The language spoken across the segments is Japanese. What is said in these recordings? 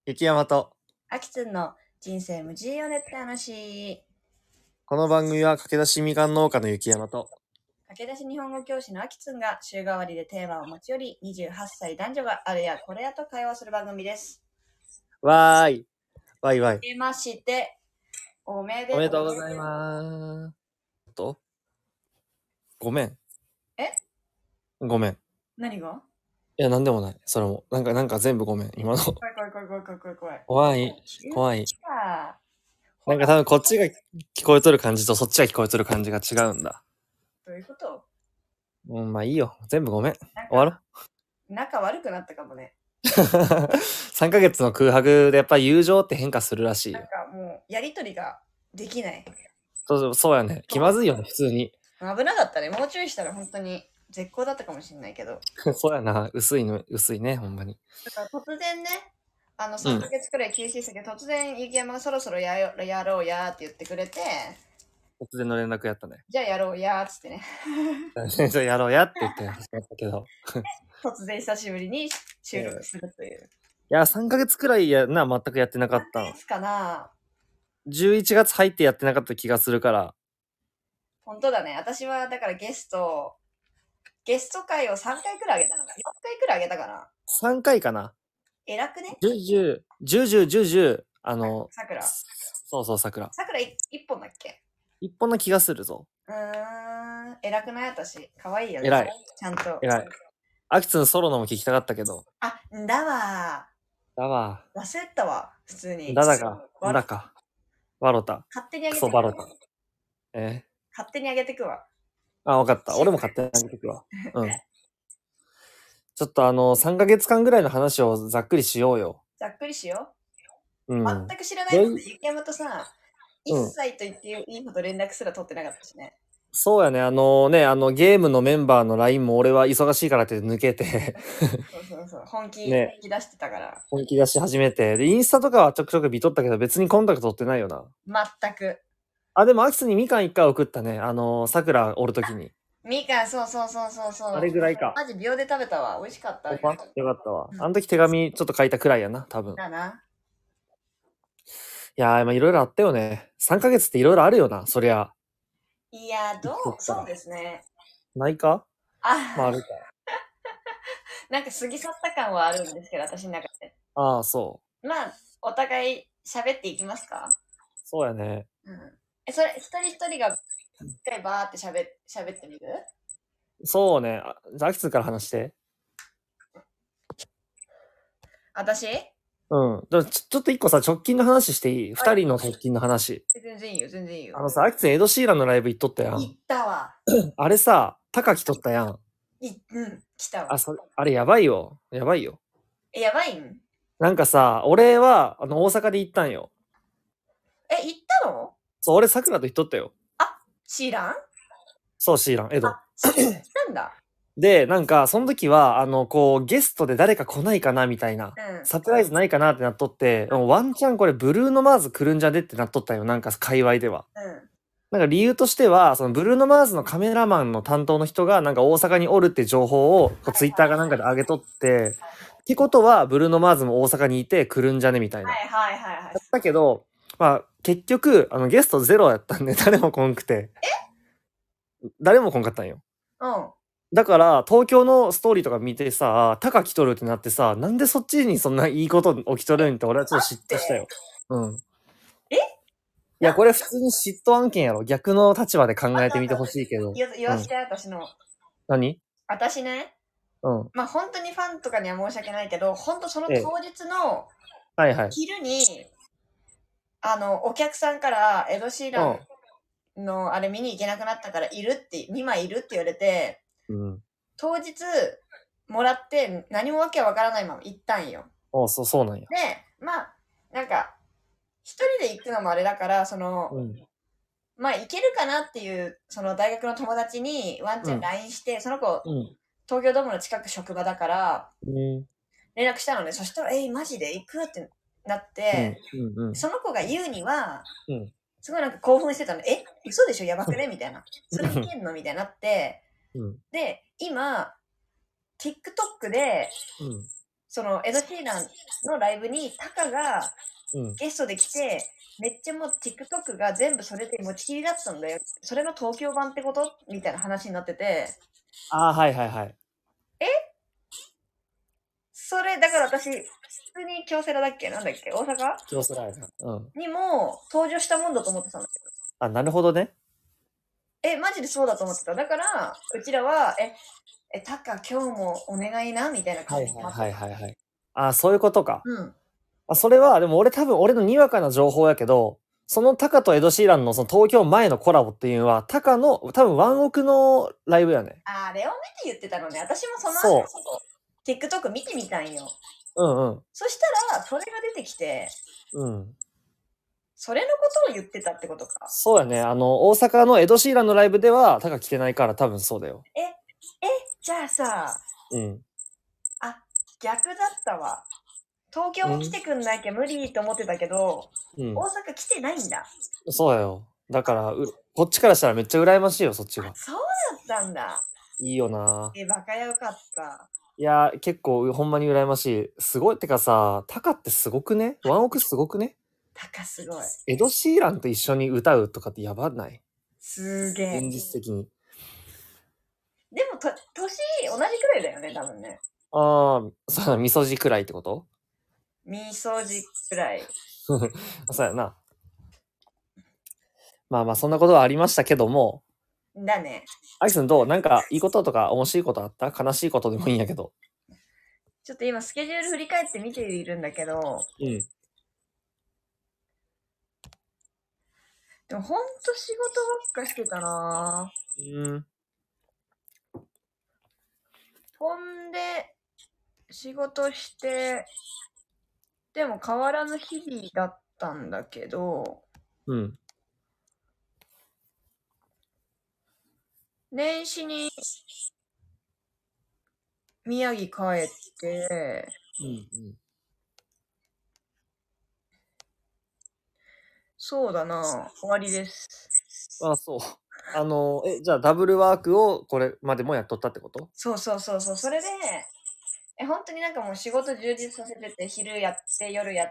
雪山と、 あきつんの人生無事よねって話。 この番組は駆け出しみかん農家の雪山と、 駆け出し日本語教師のあきつんが週替わりでテーマを持ち寄り、28歳男女があれやこれやと会話する番組です。 わーい、わいわい。 出まして、おめでおめでとうございます。ごめん。ごめん。 何がいや、なんでもない。それも。なんか全部ごめん。今の。 怖い。 怖い。怖い。 あなんか多分こっちが聞こえとる感じとそっちが聞こえとる感じが違うんだ。 どういうこと？ まあいいよ。全部ごめん。終わろ仲悪くなったかもね。 3ヶ月の空白でやっぱり友情って変化するらしいよ。 なんかもうやりとりができない。 そうやね。気まずいよね、普通に。 危なかったね。もう注意したら本当に絶好だったかもしれないけど。 そうやな。薄いね、ほんまに。 だから突然ね、3ヶ月くらい休止したけど、突然、雪山がそろそろやろうやって言ってくれて、 突然の連絡やったね。 じゃあやろうやっつってね。 じゃあやろうやって言って始まったけど。 突然久しぶりに収録するという。 いや、3ヶ月くらいやな、全くやってなかった何ですかな。 11月入ってやってなかった気がするから。 本当だね。私はだからゲスト回を3回くらいあげたのか。4回くらいあげたかな。 3回かな。 偉くね。 10、 さくら。 そう、桜。 さくら1本だっけ？ 一本な気がするぞ。 偉くない私。かわいいよね。 偉い。 ちゃんと。 偉い。アキツのソロのも聞きたかったけど。 あ、んだわだわ。 忘れたわ。普通に。 だか。バロタ。 勝手にあげてくクソバロタ。 勝手にあげてくわ。 わかった。俺も勝手にあげてくわ。うん。ちょっと3ヶ月間ぐらいの話をざっくりしようよ。 ざっくりしよう。 全く知らないもんね。雪山とさ、一切と言っていいほど連絡すら取ってなかったしね。 そうやね。ゲームのメンバーの LINE も俺は忙しいからって抜けて。 そう。本気ね出してたから。 本気出し始めて。で、インスタとかはちょくちょく見とったけど、別にコンタクト取ってないよな。 全く。 あ、でも、アキスにみかん1回送ったね。桜おるときに。 みかん、そう。 あれぐらいか。 マジ秒で食べたわ。美味しかった。 よかったわ。あの時手紙ちょっと書いたくらいやな、多分。 だな。 いやー、まあいろいろあったよね。3ヶ月っていろいろあるよな、そりゃ。 いや、そうですね。 ないかまああるか。 なんか過ぎ去った感はあるんですけど、私の中で。 ああ、そう。 まあ、お互い喋っていきますか？ そうやね。 それ、一人一人が一回バーって喋ってみる？ そうね。じゃあ、アキツから話して。 私？ うん。ちょっと一個さ、直近の話していい？二人の直近の話。 全然いいよ。 アキツエド・シーランのライブ行っとったやん。 行ったわ。 あれさ、タカ来とったやん。 来たわ。 あれやばいよ。 やばいん？ なんかさ、俺は、大阪で行ったんよ。 行ったの？ そう、俺桜と行っとったよ。 シーラン？ そう、シーラン、エド。 来たんだ。 で、なんか、その時は、ゲストで誰か来ないかなみたいな、サプライズないかなってなっとって、ワンチャンこれブルーノマーズ来るんじゃねってなっとったよ。なんか、界隈では。なんか理由としては、そのブルーノマーズのカメラマンの担当の人が、なんか大阪におるって情報を、ツイッターかなんかで上げとって、ってことは、ブルーノマーズも大阪にいて来るんじゃねみたいな。だけど、まあ、結局、ゲストゼロやったんで、誰も来んくて。誰も来んかったんよ。だから、東京のストーリーとか見てさ、タカ来とるってなってさ、なんでそっちにそんないいこと起きとるんって俺はちょっと嫉妬したよ。いや、これ普通に嫉妬案件やろ。逆の立場で考えてみてほしいけど。 言わして、私の。 何？ 私ね。まあ本当にファンとかには申し訳ないけど、本当その当日の昼に、お客さんからエド・シーランのあれ見に行けなくなったから2枚いるって言われて、当日もらって何もわけわからないまま行ったんよ。 そうなんや。 で、まあ、なんか、一人で行くのもあれだから、まあ行けるかなっていう、その大学の友達にワンちゃん LINE して、その子、東京ドームの近く職場だから、連絡したのね。そしたら、マジで行くってなって、その子が言うには、すごいなんか興奮してたの。嘘でしょやばくねみたいな。それいけんのみたいになって、で、今、TikTok で、 そのエド・シーランのライブにタカがゲストで来て、めっちゃもう TikTok が全部それで持ちきりだったんだよ。それの東京版ってことみたいな話になってて。 ああ、はいはいはい。 それ、だから私、普通に京セラだっけなんだっけ大阪京セラやな。 にも登場したもんだと思ってたんだけど。 あ、なるほどね。 マジでそうだと思ってた。だから、うちらは、タカ今日もお願いなみたいな感じで。 はいはいはい。あ、そういうことか。それは、でも多分俺のにわかな情報やけど、そのタカとエド・シーランのその東京前のコラボっていうのは、タカの多分ワンオクのライブやね。 あれを見て言ってたのね。私もその後、TikTok 見てみたんよ。そしたら、それが出てきて、それのことを言ってたってことか。 そうやね。大阪のエド・シーランのライブでは、タカ来てないから多分そうだよ。 じゃあさ、逆だったわ。東京も来てくんなきゃ無理と思ってたけど、大阪来てないんだ。 そうだよ。だから、こっちからしたらめっちゃ羨ましいよ、そっちが。 そうだったんだ。 いいよな。 バカよかった。 いや、結構ほんまに羨ましい。すごい。てかさ、タカってすごくね？ワンオクすごくね？ タカすごい。 エド・シーランと一緒に歌うとかってやばない？ すげえ。 現実的に。 でも、年同じくらいだよね、多分ね。 ああ、そうだ、みそじくらいってこと？ みそじくらい。 そうやな。まあまあ、そんなことはありましたけども。 だね。 アキさんどう？なんか、いいこととか面白いことあった？悲しいことでもいいんやけど。 ちょっと今、スケジュール振り返って見ているんだけど。でも、ほんと仕事ばっかしてたなほんで、仕事して、でも変わらぬ日々だったんだけど、年始に宮城帰って、そうだな、終わりです。 あ、そう。じゃあダブルワークをこれまでもやっとったってこと？ そう。それで、本当になんかもう仕事充実させてて、昼やって、夜やって、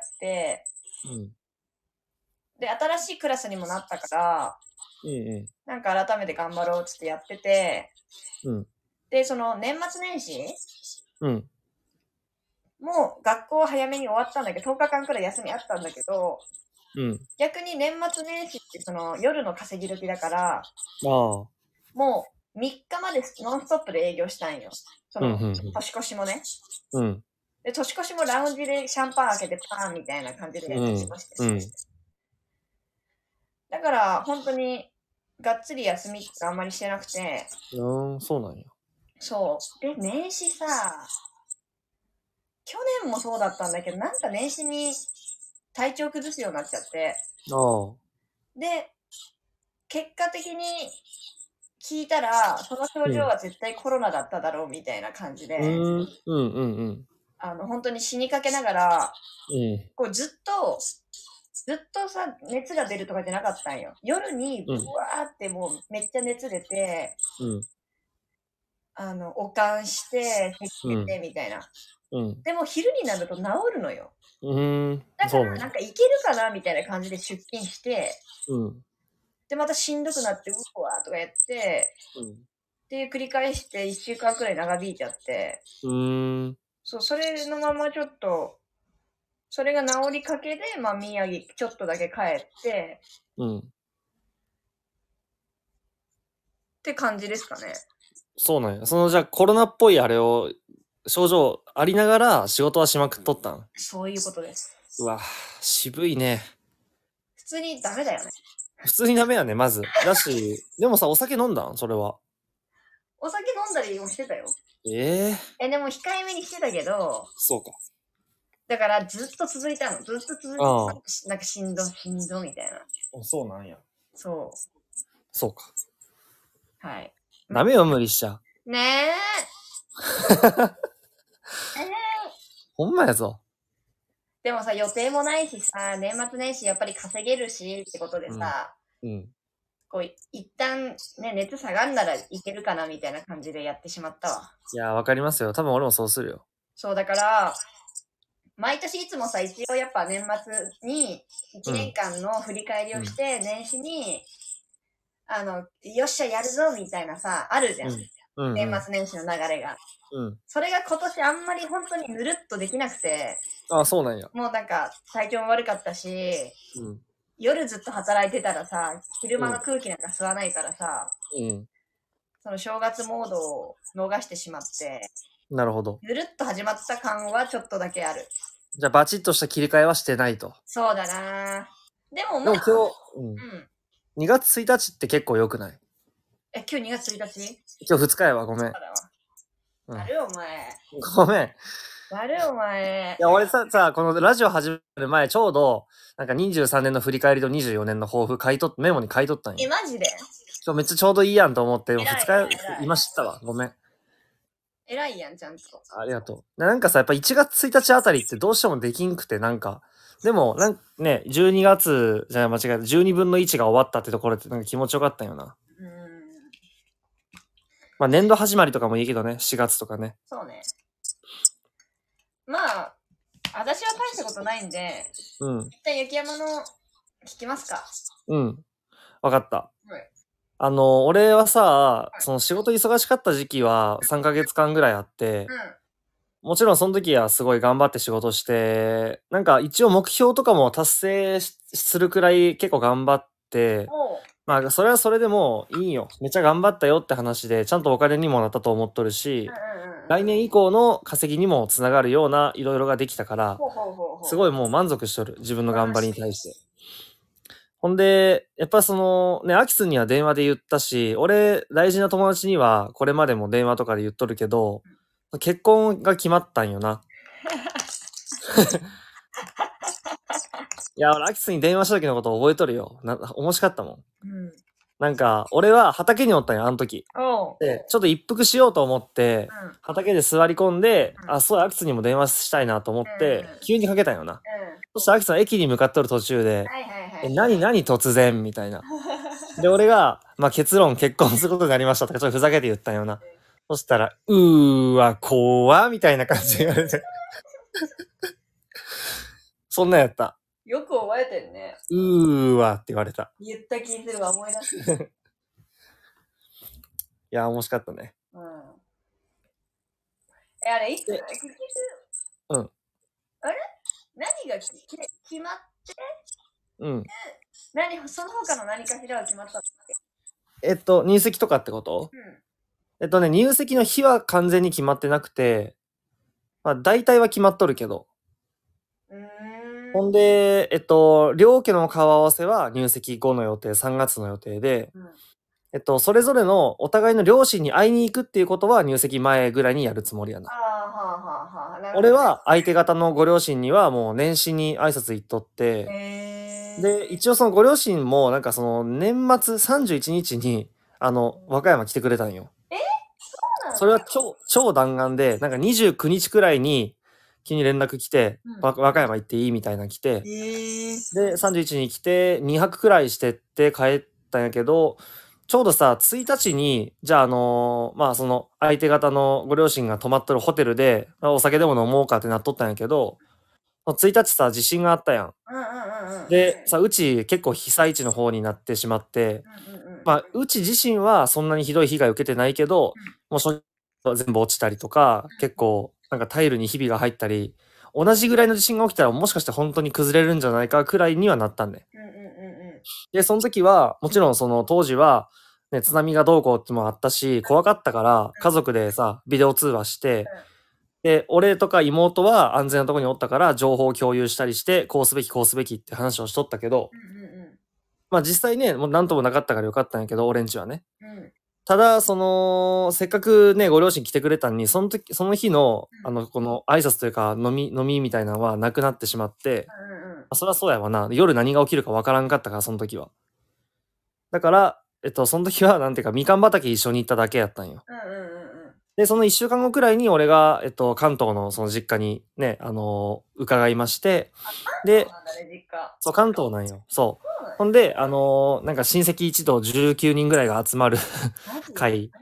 で、新しいクラスにもなったから、なんか改めて頑張ろうっつってやってて、で、その年末年始もう学校早めに終わったんだけど、10日間くらい休みあったんだけど、逆に年末年始ってその夜の稼ぎ時だから、もう3日までノンストップで営業したんよ。その、年越しもね。で、年越しもラウンジでシャンパン開けてパーンみたいな感じでやってまして。だから、本当に、がっつり休みってあんまりしてなくて。 そうなんや。 そう。で、年始さ、去年もそうだったんだけど、なんか年始に体調崩すようになっちゃって。で、結果的に聞いたら、その症状は絶対コロナだっただろうみたいな感じで、本当に死にかけながら、こうずっとさ、熱が出るとかじゃなかったんよ。夜にブワーってもうめっちゃ熱出て、悪寒して、咳出てみたいな。でも昼になると治るのよ。だからなんかいけるかなみたいな感じで出勤して、で、またしんどくなって、うわーとかやって、っていう繰り返して1週間くらい長引いちゃって、そう、それのままちょっと、それが治りかけで、まあ宮城ちょっとだけ帰って、って感じですかね。 そうなんや。じゃあコロナっぽいあれを、症状ありながら仕事はしまくっとったん？ そういうことです。 うわ、渋いね。 普通にダメだよね。 普通にダメやね、まず。だし、でもさ、お酒飲んだん？それは。 お酒飲んだりもしてたよ。でも控えめにしてたけど、 そうか。 だからずっと続いたの。ずっと続いてた。なんかしんどみたいな。 そうなんや。 そうか。 はい。 ダメよ、無理しちゃ。 ねえ。 ほんまやぞ。 でもさ、予定もないしさ、年末年始やっぱり稼げるしってことでさ、こう、一旦ね、熱下がんならいけるかなみたいな感じでやってしまったわ。 いや、わかりますよ。多分俺もそうするよ。 そう、だから、 毎年いつもさ、一応やっぱ年末に1年間の振り返りをして、年始に、よっしゃやるぞみたいなさ、あるじゃん。年末年始の流れが。それが今年あんまり本当にぬるっとできなくて。 あ、そうなんや。 もうなんか体調も悪かったし、夜ずっと働いてたらさ、昼間の空気なんか吸わないからさ、その正月モードを逃してしまって、 なるほど。 ぬるっと始まった感はちょっとだけある。 じゃあバチッとした切り替えはしてないと。 そうだな。でもまあ、でも今日、2月1日って結構良くない？ 今日2月1日？ 今日2日やわ、ごめん。 あるお前。 ごめん。 あるお前。 いや、俺さ、このラジオ始める前、ちょうど、なんか23年の振り返りと24年の抱負メモに書いとったんよ。 マジで？ 今日めっちゃちょうどいいやんと思って、2日、今知ったわ。ごめん。 偉いやん、ちゃんと。 ありがとう。なんかさ、やっぱ1月1日あたりってどうしてもできんくて、なんか、でも、12月、じゃあ間違えた、12分の1が終わったってところってなんか気持ちよかったんよな。まあ年度始まりとかもいいけどね、4月とかね。 そうね。まあ、私は大したことないんで、一旦雪山の聞きますか。 わかった。俺はさ、その仕事忙しかった時期は3ヶ月間ぐらいあって、もちろんその時はすごい頑張って仕事して、なんか一応目標とかも達成するくらい結構頑張って、まあそれはそれでもいいよ。めっちゃ頑張ったよって話で、ちゃんとお金にもなったと思っとるし、来年以降の稼ぎにもつながるようないろいろができたから、すごいもう満足しとる。自分の頑張りに対して。ほんで、やっぱその、ね、アキスには電話で言ったし、俺、大事な友達にはこれまでも電話とかで言っとるけど、結婚が決まったんよな。いや、俺、アキスに電話した時のこと覚えとるよ。面白かったもん。なんか、俺は畑におったんよ、あの時。で、ちょっと一服しようと思って、畑で座り込んで、そうや、アキスにも電話したいなと思って、急にかけたんよな。そしたらアキスは駅に向かっとる途中で、何突然みたいな。で、俺が、まあ、結論結婚することになりましたとか、ちょっとふざけて言ったんよな。そしたら、怖みたいな感じで言われて。そんなんやった。 よく覚えてんね。 って言われた。 言った気するわ、思い出す。いや、面白かったね。 あれ、いつ、結局、あれ何が決まって、その他の何かしらは決まったんだっけ？入籍とかってこと？入籍の日は完全に決まってなくて、まあ大体は決まっとるけど。ほんで、両家の顔合わせは入籍後の予定、3月の予定で、それぞれのお互いの両親に会いに行くっていうことは入籍前ぐらいにやるつもりやな。俺は相手方のご両親にはもう年始に挨拶行っとって、で、一応そのご両親もなんかその年末31日に和歌山来てくれたんよ。それは超弾丸で、なんか29日くらいに急に連絡来て、和歌山行っていいみたいな来て、で、31日に来て2泊くらいしてって帰ったんやけど、ちょうどさ、1日に、じゃあまあその相手方のご両親が泊まっとるホテルで、お酒でも飲もうかってなっとったんやけど、1日さ、地震があったやん。で、さ、うち結構被災地の方になってしまって、まあ、うち自身はそんなにひどい被害を受けてないけど、もう全部落ちたりとか、結構、なんかタイルにひびが入ったり、同じぐらいの地震が起きたらもしかして本当に崩れるんじゃないかくらいにはなったんで。で、その時は、もちろんその当時は、ね、津波がどうこうってもあったし、怖かったから、家族でさ、ビデオ通話して、で、俺とか妹は安全なとこにおったから情報を共有したりして、こうすべきって話をしとったけど、まあ実際ね、もうなんともなかったからよかったんやけど、俺んちはね。ただ、せっかくね、ご両親来てくれたのに、その日の、この挨拶というか、飲みみたいなのはなくなってしまって、そりゃそうやわな。夜何が起きるかわからんかったから、その時は。だから、その時は、なんていうか、みかん畑一緒に行っただけやったんよ。で、その一週間後くらいに俺が、関東のその実家にね、伺いまして、で、そう、関東なんよ。そう。ほんで、なんか親戚一同19人ぐらいが集まる会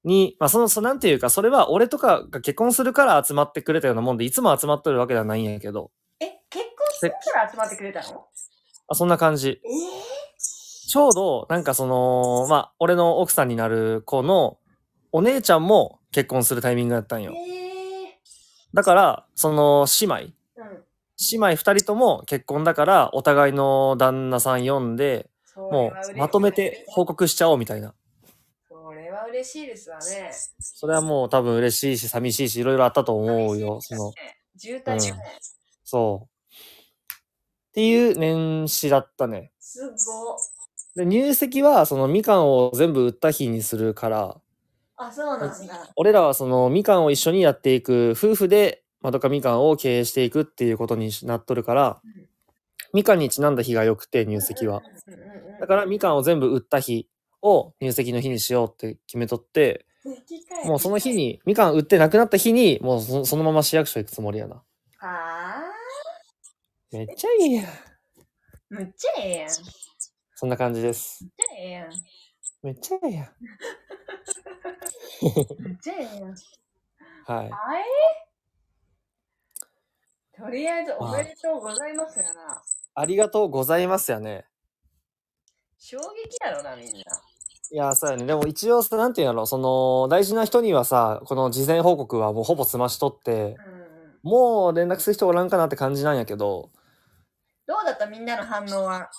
に、まあなんていうか、それは俺とかが結婚するから集まってくれたようなもんで、いつも集まっとるわけではないんやけど。 結婚するから集まってくれたの？ そんな感じ。ちょうど、なんかまあ、俺の奥さんになる子のお姉ちゃんも結婚するタイミングだったんよ。だから、姉妹。姉妹二人とも結婚だから、お互いの旦那さん呼んで、もうまとめて報告しちゃおうみたいな。 それは嬉しいですわね。 それはもう多分嬉しいし、寂しいし、いろいろあったと思うよ。 渋滞よね。 そう。っていう年始だったね。 すご。 で、入籍は、みかんを全部売った日にするから、 そうなんだ。 俺らはみかんを一緒にやっていく、夫婦でまどかみかんを経営していくっていうことになっとるから、みかんにちなんだ日が良くて、入籍は。だからみかんを全部売った日を入籍の日にしようって決めとって、もうその日に、みかん売ってなくなった日に、もうそのまま市役所行くつもりやな。めっちゃいいやん。 めっちゃええやん。 そんな感じです。 めっちゃええやん。 めっちゃええやん。 めっちゃええやん。 はい。 とりあえずおめでとうございますやな。 ありがとうございますやね。 衝撃やろな、みんな。 いや、そうやね。でも一応さ、なんていうの、大事な人にはさ、この事前報告はもうほぼ済ましとって、もう連絡する人おらんかなって感じなんやけど。 どうだったみんなの反応は。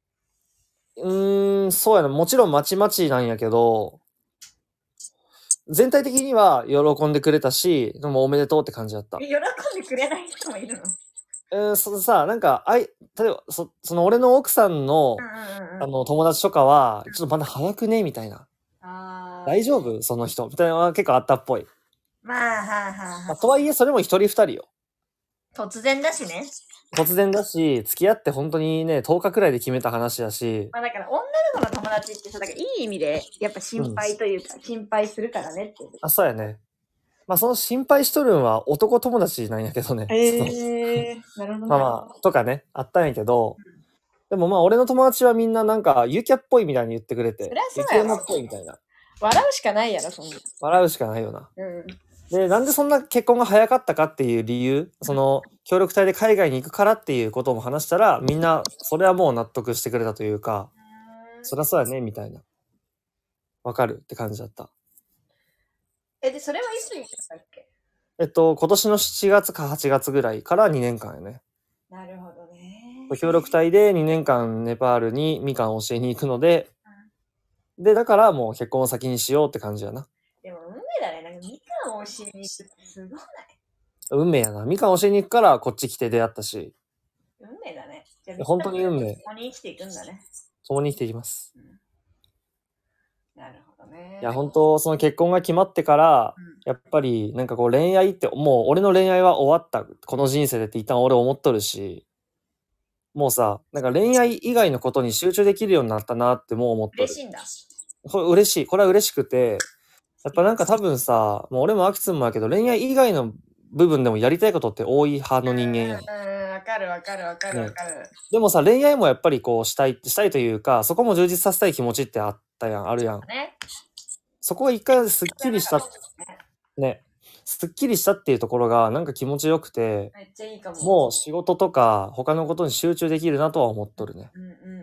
そうやな。もちろんまちまちなんやけど、全体的には喜んでくれたし、でもおめでとうって感じだった。 喜んでくれない人もいるの？ なんか、例えば、俺の奥さんの、友達とかは、ちょっとまだ早くねみたいな。大丈夫その人みたいなのは結構あったっぽい。とはいえ、それも一人二人よ。 突然だしね。 突然だし、付き合って本当にね、10日くらいで決めた話だし。 だから女の子の友達ってさ、だからいい意味で、やっぱ心配というか、心配するからねって。 そうやね。その心配しとるんは男友達なんやけどね。 なるほど。 とかね、あったんやけど、でも俺の友達はみんななんか、ゆきゃっぽいみたいに言ってくれて。ゆきゃっぽいみたいな。 笑うしかないやろ、そんな。 笑うしかないよな。で、なんでそんな結婚が早かったかっていう理由、協力隊で海外に行くからっていうことも話したら、みんな、それはもう納得してくれたというか、そりゃそうやね、みたいな。わかるって感じだった。 で、それはいつにしたっけ？ 今年の7月か8月ぐらいから2年間やね。 なるほどね。 協力隊で2年間ネパールにみかんを教えに行くので、で、だからもう結婚を先にしようって感じやな。 でも運命だね。なんかみかんを教えに行くってすごいない？ 運命やな。みかんを教えに行くからこっち来て出会ったし。 運命だね。 本当に運命。 共に生きていくんだね。 共に生きていきます。 なるほどね。 いや、本当その結婚が決まってから、やっぱりなんかこう恋愛って、もう俺の恋愛は終わった。この人生でって一旦俺思っとるし、もうさ、なんか恋愛以外のことに集中できるようになったなってもう思っとる。 嬉しいんだ。 これ嬉しい。これは嬉しくて、やっぱなんか多分さ、もう俺もアキツンもやけど、恋愛以外の部分でもやりたいことって多い派の人間やん。 わかる。 でもさ、恋愛もやっぱりこうしたいというか、そこも充実させたい気持ちってあるやん。そこが一回すっきりした。ね。すっきりしたっていうところがなんか気持ちよくて、 めっちゃいいかも。 もう仕事とか他のことに集中できるなとは思っとるね。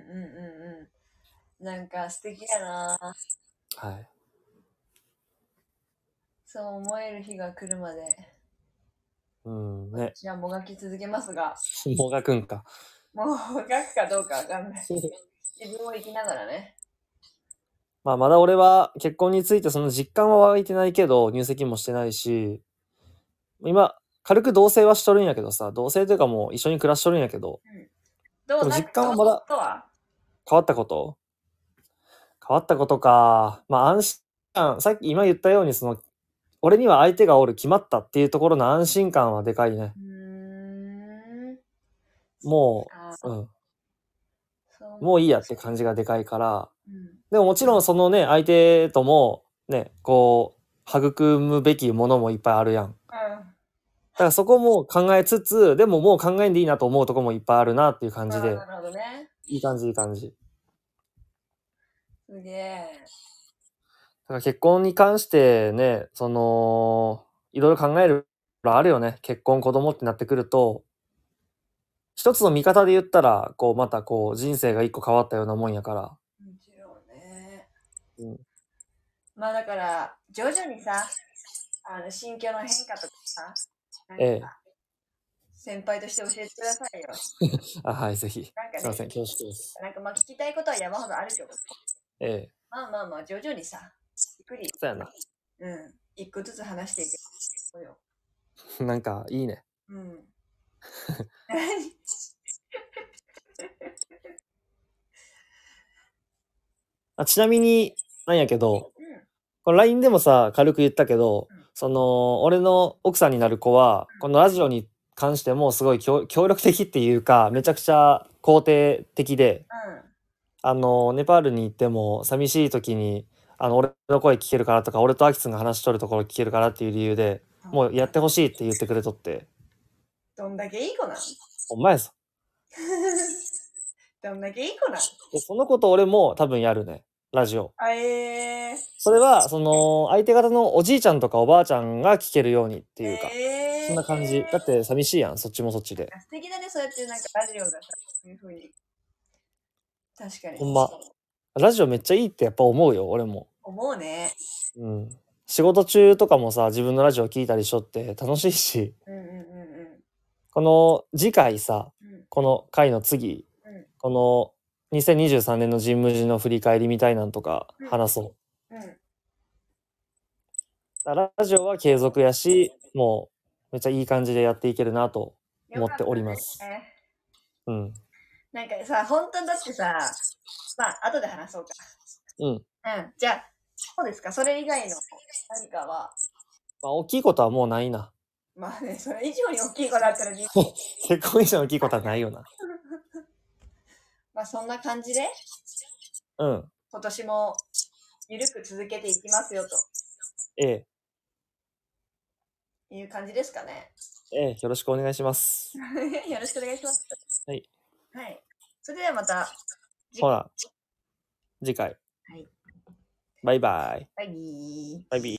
なんか素敵やな。 はい。 そう思える日が来るまで。 ね。 私はもがき続けますが。 もがくんか。 もがくかどうかわかんない。自分を生きながらね。 まだ俺は結婚についてその実感は湧いてないけど、入籍もしてないし、今、軽く同棲はしとるんやけどさ、同棲というかもう一緒に暮らしとるんやけど、でも実感はまだ変わったことか、安心感、さっき今言ったように俺には相手がおる決まったっていうところの安心感はでかいね。もういいやって感じがでかいから、でももちろんそのね、相手ともね、こう、育むべきものもいっぱいあるやん。だからそこも考えつつ、でももう考えんでいいなと思うとこもいっぱいあるなっていう感じで。 なるほどね。 いい感じ。 すげえ。 から結婚に関してね、いろいろ考えることあるよね。結婚、子供ってなってくると、一つの見方で言ったら、こう、またこう、人生が一個変わったようなもんやから。 もちろんね。 うん。 まあだから、徐々にさ、心境の変化とかさ、 ええ。 先輩として教えてくださいよ。 あ、はい、ぜひ。 なんかね、 すいません、恐縮です。 なんかまあ聞きたいことは山ほどあるけど、 ええ。 まあまあまあ、徐々にさ、ゆっくり、 そうやな。 うん、一個ずつ話していけそうよ。 なんか、いいね。 うん。 あ、ちなみに、なんやけど、 うん。 この LINE でもさ、軽く言ったけど、 うん俺の奥さんになる子は、このラジオに関してもすごい協力的っていうか、めちゃくちゃ肯定的で、ネパールに行っても寂しい時に、俺の声聞けるからとか、俺とアキツンが話しとるところ聞けるからっていう理由で、もうやってほしいって言ってくれとって。 どんだけいい子なん？ お前ぞ。 どんだけいい子なん？ で、そのこと俺も多分やるね。ラジオ。それは、相手方のおじいちゃんとかおばあちゃんが聞けるようにっていうか、そんな感じ。だって寂しいやん、そっちもそっちで。 素敵だね、そうやってなんかラジオがさ、そういう風に。確かに。 ほんま。ラジオめっちゃいいってやっぱ思うよ、俺も。 思うね。 うん。仕事中とかもさ、自分のラジオ聞いたりしとって楽しいし、この次回さ、この回の次、この2023年の神武寺の振り返りみたいなんとか話そう。ラジオは継続やし、もうめっちゃいい感じでやっていけるなと思っております。うん。 なんかさ、本当だってさ、まあ、後で話そうか。 うん。 じゃあ、そうですか、それ以外の何かは。 まあ、大きいことはもうないな。 まあね、それ以上に大きいことだったら結婚以上の大きいことはないよな。 まあ、そんな感じで、 うん。 今年もゆるく続けていきますよと。 えいう感じですかね。 よろしくお願いします。 よろしくお願いします。 はい。 はい。それではまた。 ほら、次回。 はい。 バイバイ。 バイビー。 バイビー。